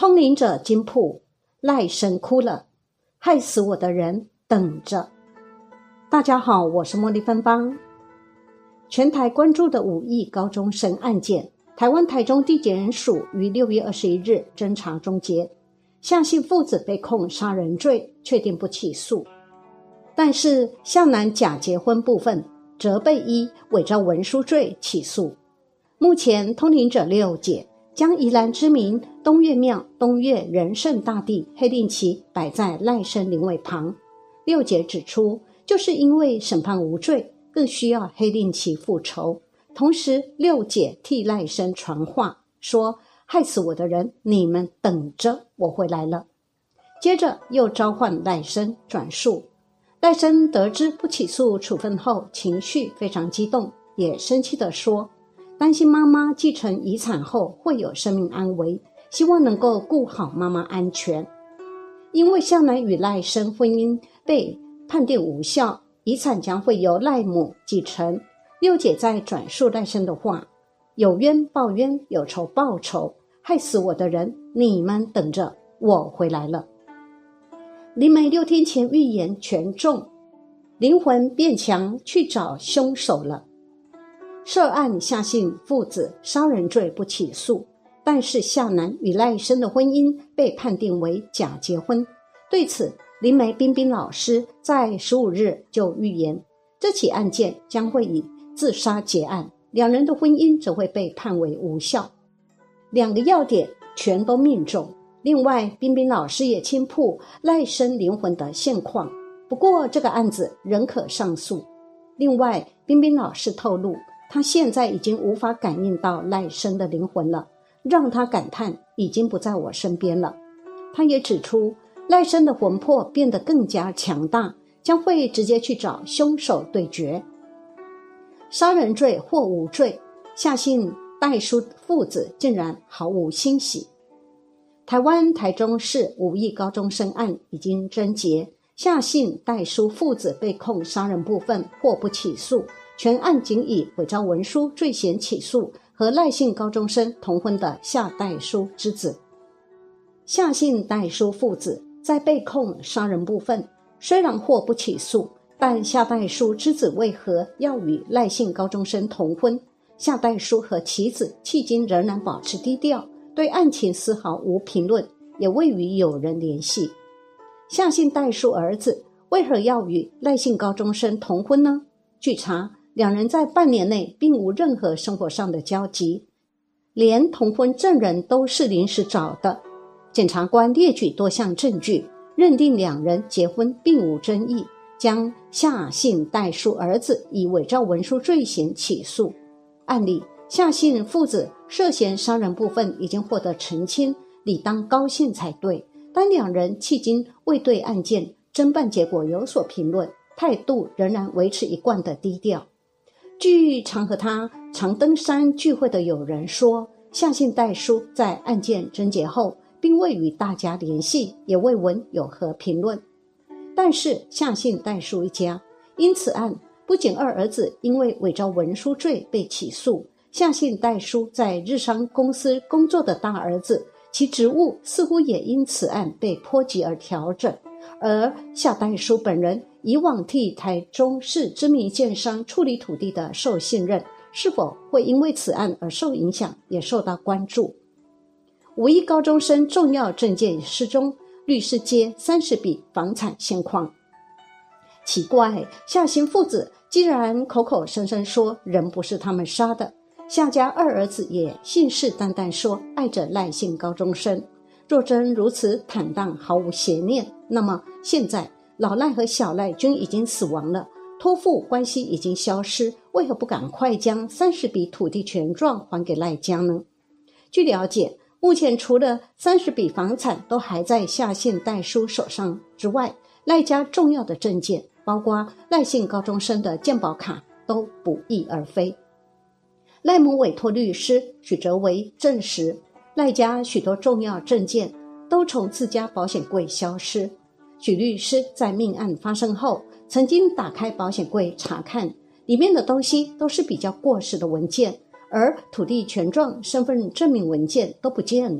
通灵者金铺，赖神哭了，害死我的人等着。大家好，我是茉莉芬芳。全台关注的5亿高中生案件，台湾台中地检署于6月21日侦查终结，夏姓父子被控杀人罪，确定不起诉。但是夏男假结婚部分则被依伪造文书罪起诉。目前通灵者六姐将宜兰知名东岳庙东岳仁圣大帝黑令旗摆在赖生灵位旁。六姐指出，就是因为审判无罪，更需要黑令旗复仇。同时六姐替赖生传话，说害死我的人，你们等着，我回来了。接着又召唤赖生转述。赖生得知不起诉处分后，情绪非常激动，也生气地说，担心妈妈继承遗产后会有生命安危，希望能够顾好妈妈安全。因为夏男与赖生婚姻被判定无效，遗产将会由赖母继承。六姐在转述赖生的话，有冤报冤，有仇报仇，害死我的人，你们等着，我回来了。灵媒6天前预言全中，灵魂变强去找凶手了。涉案夏姓父子杀人罪不起诉，但是夏男与赖生的婚姻被判定为假结婚。对此，灵媒冰冰老师在15日就预言，这起案件将会以自杀结案，两人的婚姻则会被判为无效。2个要点全都命中。另外，冰冰老师也轻铺赖生灵魂的现况，不过这个案子仍可上诉。另外，冰冰老师透露，他现在已经无法感应到赖生的灵魂了，让他感叹已经不在我身边了。他也指出，赖生的魂魄变得更加强大，将会直接去找凶手对决。杀人罪或无罪，夏姓代书父子竟然毫无欣喜。台湾台中市5亿高中生案已经侦结，夏姓代书父子被控杀人部分或不起诉，全案仅以伪造文书罪嫌起诉和赖姓高中生同婚的夏代书之子。夏姓代书父子在被控杀人部分虽然获不起诉，但夏代书之子为何要与赖姓高中生同婚？夏代书和其子迄今仍然保持低调，对案情丝毫无评论，也未与友人联系。夏姓代书儿子为何要与赖姓高中生同婚呢？据查，两人在半年内并无任何生活上的交集，连同婚证人都是临时找的。检察官列举多项证据，认定两人结婚并无争议，将夏姓代书儿子以伪造文书罪嫌起诉。案里夏姓父子涉嫌杀人部分已经获得澄清，理当高兴才对，但两人迄今未对案件侦办结果有所评论，态度仍然维持一贯的低调。据常和他常登山聚会的友人说，夏姓代书在案件侦结后并未与大家联系，也未闻有何评论。但是夏姓代书一家因此案，不仅二儿子因为伪造文书罪被起诉，夏姓代书在日商公司工作的大儿子，其职务似乎也因此案被波及而调整。而夏代书本人以往替台中市知名建商处理土地的受信任，是否会因为此案而受影响，也受到关注。5亿高中生重要证件失踪，律师揭30笔房产现况。奇怪，夏姓父子既然口口声声说人不是他们杀的，夏家二儿子也信誓旦旦说爱着赖姓高中生。若真如此坦荡毫无邪念，那么现在老赖和小赖均已经死亡了，托付关系已经消失，为何不赶快将30笔土地权状还给赖家呢？据了解，目前除了30笔房产都还在夏姓代书手上之外，赖家重要的证件包括赖姓高中生的健保卡都不翼而飞。赖母委托律师许哲维证实，赖家许多重要证件都从自家保险柜消失。许律师在命案发生后曾经打开保险柜查看，里面的东西都是比较过时的文件，而土地权状、身份证明文件都不见了，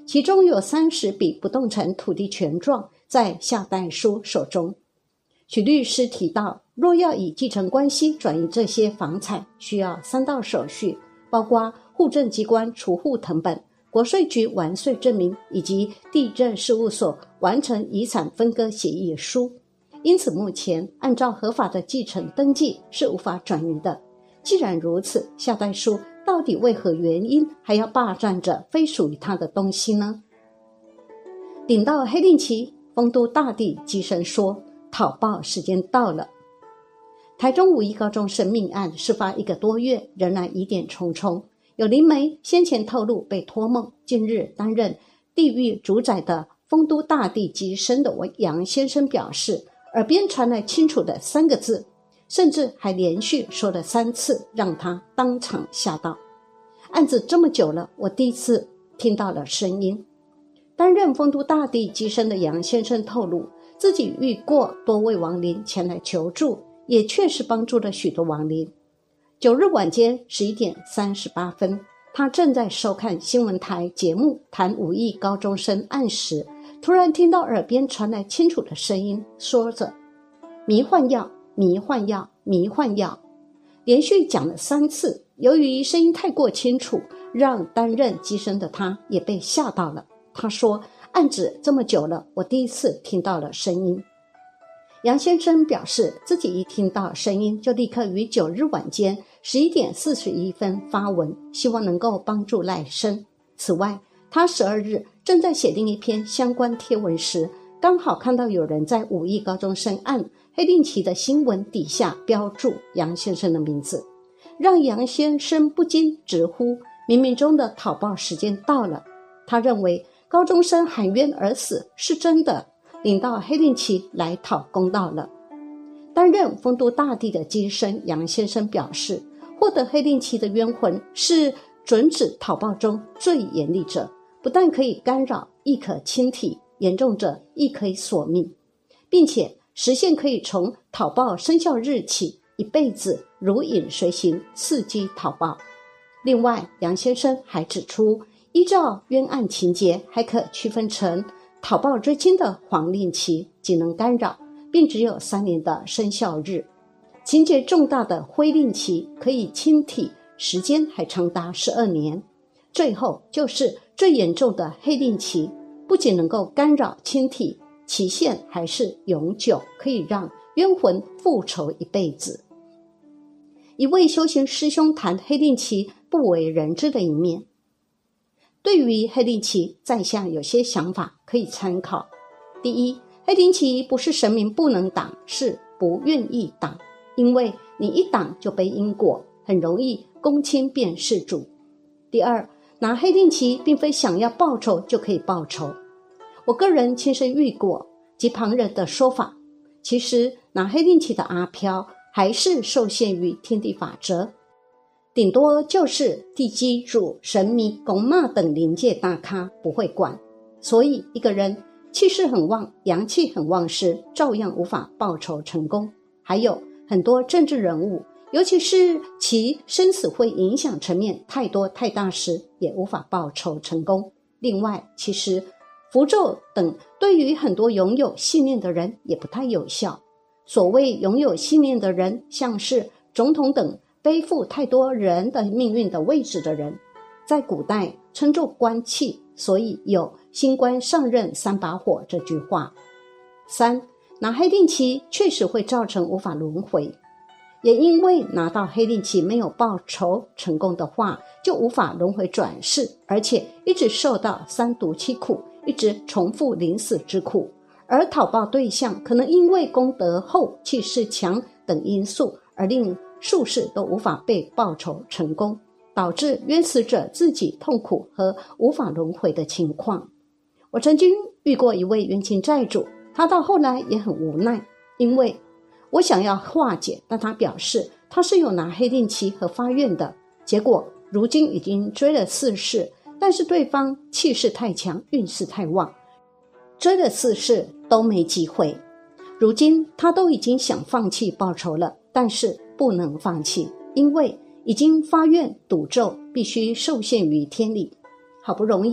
其中有30笔不动产土地权状在夏代书手中。许律师提到，若要以继承关系转移这些房产，需要3道手续，包括户政机关除户誊本、国税局完税证明以及地政事务所完成遗产分割协议书。因此目前按照合法的继承登记是无法转移的。既然如此，夏代书到底为何原因还要霸占着非属于他的东西呢？顶到黑令旗，丰都大帝机身说讨报时间到了。台中五一高中生命案事发1个多月，仍然疑点重重。有灵媒先前透露被托梦，近日担任地狱主宰的丰都大帝机身的杨先生表示，耳边传来清楚的3个字，甚至还连续说了3次，让他当场吓到。案子这么久了，我第一次听到了声音。担任丰都大帝机身的杨先生透露，自己遇过多位亡灵前来求助，也确实帮助了许多亡灵。9日晚间11点38分，他正在收看新闻台节目谈5亿高中生案时，突然听到耳边传来清楚的声音，说着迷幻药迷幻药迷幻药，连续讲了3次。由于声音太过清楚，让担任机身的他也被吓到了。他说，案子这么久了，我第一次听到了声音。杨先生表示，自己一听到声音就立刻于9日晚间11点41分发文，希望能够帮助赖生。此外，他12日正在写另一篇相关贴文时，刚好看到有人在5亿高中生案黑令旗的新闻底下标注杨先生的名字，让杨先生不禁直呼冥冥中的讨报时间到了。他认为高中生含冤而死是真的，领到黑令旗来讨公道了。担任丰都大帝的机身杨先生表示，获得黑令旗的冤魂是准指讨报中最严厉者，不但可以干扰，亦可轻体，严重者亦可以索命，并且实现可以从讨报生效日起一辈子如影随形，伺机讨报。另外，杨先生还指出，依照冤案情节，还可区分成讨报追亲的黄令旗仅能干扰，并只有3年的生效日；情节重大的灰令旗可以轻体，时间还长达12年。最后就是最严重的黑令旗，不仅能够干扰轻体，期限还是永久，可以让冤魂复仇一辈子。一位修行师兄谈黑令旗不为人知的一面。对于黑令旗，在下有些想法可以参考。第一，黑令旗不是神明不能挡，是不愿意挡，因为你一挡就背因果，很容易公亲变事主。第二，拿黑令旗并非想要报仇就可以报仇。我个人亲身遇过，及旁人的说法，其实拿黑令旗的阿飘还是受限于天地法则，顶多就是地基主、神明、公妈等灵界大咖不会管。所以一个人气势很旺，阳气很旺时，照样无法报仇成功。还有很多政治人物，尤其是其生死会影响层面太多太大时，也无法报仇成功。另外，其实符咒等对于很多拥有信念的人也不太有效。所谓拥有信念的人，像是总统等背负太多人的命运的位置的人，在古代称作官气，所以有新官上任3把火这句话。3，拿黑令旗确实会造成无法轮回，也因为拿到黑令旗没有报仇成功的话，就无法轮回转世，而且一直受到3毒7苦，一直重复临死之苦。而讨报对象可能因为功德厚、气势强等因素，而令数世都无法被报仇成功，导致冤死者自己痛苦和无法轮回的情况。我曾经遇过一位冤亲债主，他到后来也很无奈，因为我想要化解，但他表示他是有拿黑令旗和发愿的，结果如今已经追了4世，但是对方气势太强，运势太旺，追了4世都没机会。如今他都已经想放弃报仇了，但是不能放弃，因为已经发愿赌咒，必须受限于天理。好不容易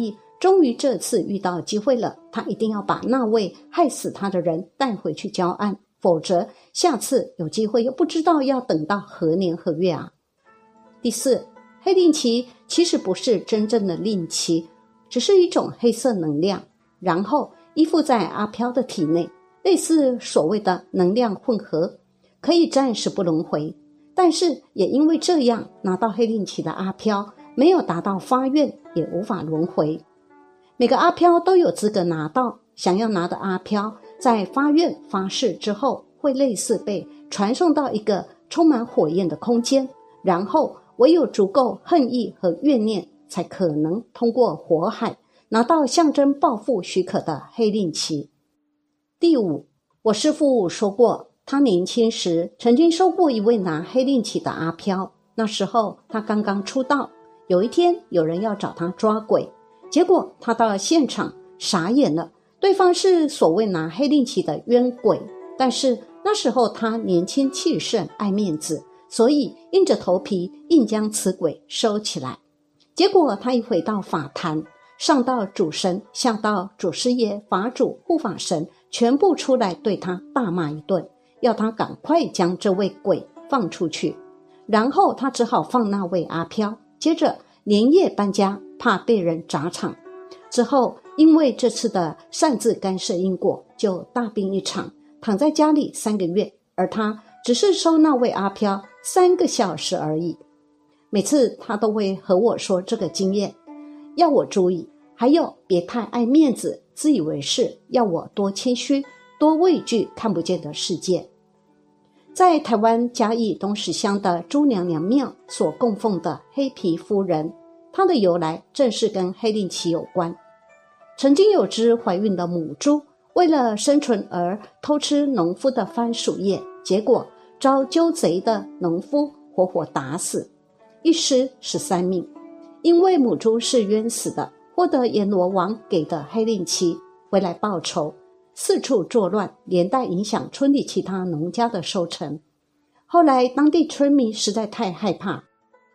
终于这次遇到机会了，他一定要把那位害死他的人带回去交案，否则下次有机会又不知道要等到何年何月啊。第四，黑令旗其实不是真正的令旗，只是一种黑色能量，然后依附在阿飘的体内，类似所谓的能量混合，可以暂时不轮回。但是也因为这样，拿到黑令旗的阿飘没有达到发愿，也无法轮回。每个阿飘都有资格拿到，想要拿的阿飘在发愿发誓之后，会类似被传送到一个充满火焰的空间，然后唯有足够恨意和怨念，才可能通过火海拿到象征报复许可的黑令旗。第五，我师父说过，他年轻时曾经收过一位拿黑令旗的阿飘，那时候他刚刚出道，有一天有人要找他抓鬼，结果他到现场傻眼了，对方是所谓拿黑令旗的冤鬼，但是那时候他年轻气盛，爱面子，所以硬着头皮硬将此鬼收起来。结果他一回到法坛，上到主神，下到祖师爷、法主、护法神，全部出来对他大骂一顿，要他赶快将这位鬼放出去。然后他只好放那位阿飘，接着连夜搬家，怕被人砸场。之后因为这次的擅自干涉因果，就大病一场，躺在家里3个月，而他只是收那位阿飘3个小时而已。每次他都会和我说这个经验，要我注意，还有别太爱面子，自以为是，要我多谦虚，多畏惧看不见的世界。在台湾嘉义东石乡的朱娘娘庙所供奉的黑皮夫人，她的由来正是跟黑令旗有关。曾经有只怀孕的母猪，为了生存而偷吃农夫的番薯叶，结果遭揪贼的农夫活活打死，一尸13命。因为母猪是冤死的，获得阎罗王给的黑令旗，回来报仇，四处作乱，连带影响村里其他农家的收成。后来当地村民实在太害怕，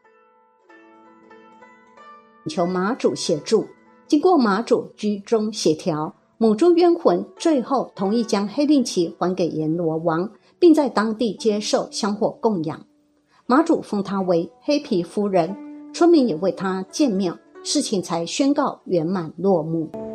求马主协助，经过马主居中协调，母猪冤魂最后同意将黑令旗还给阎罗王，并在当地接受香火供养。马主封她为黑皮夫人，村民也为她建庙，事情才宣告圆满落幕。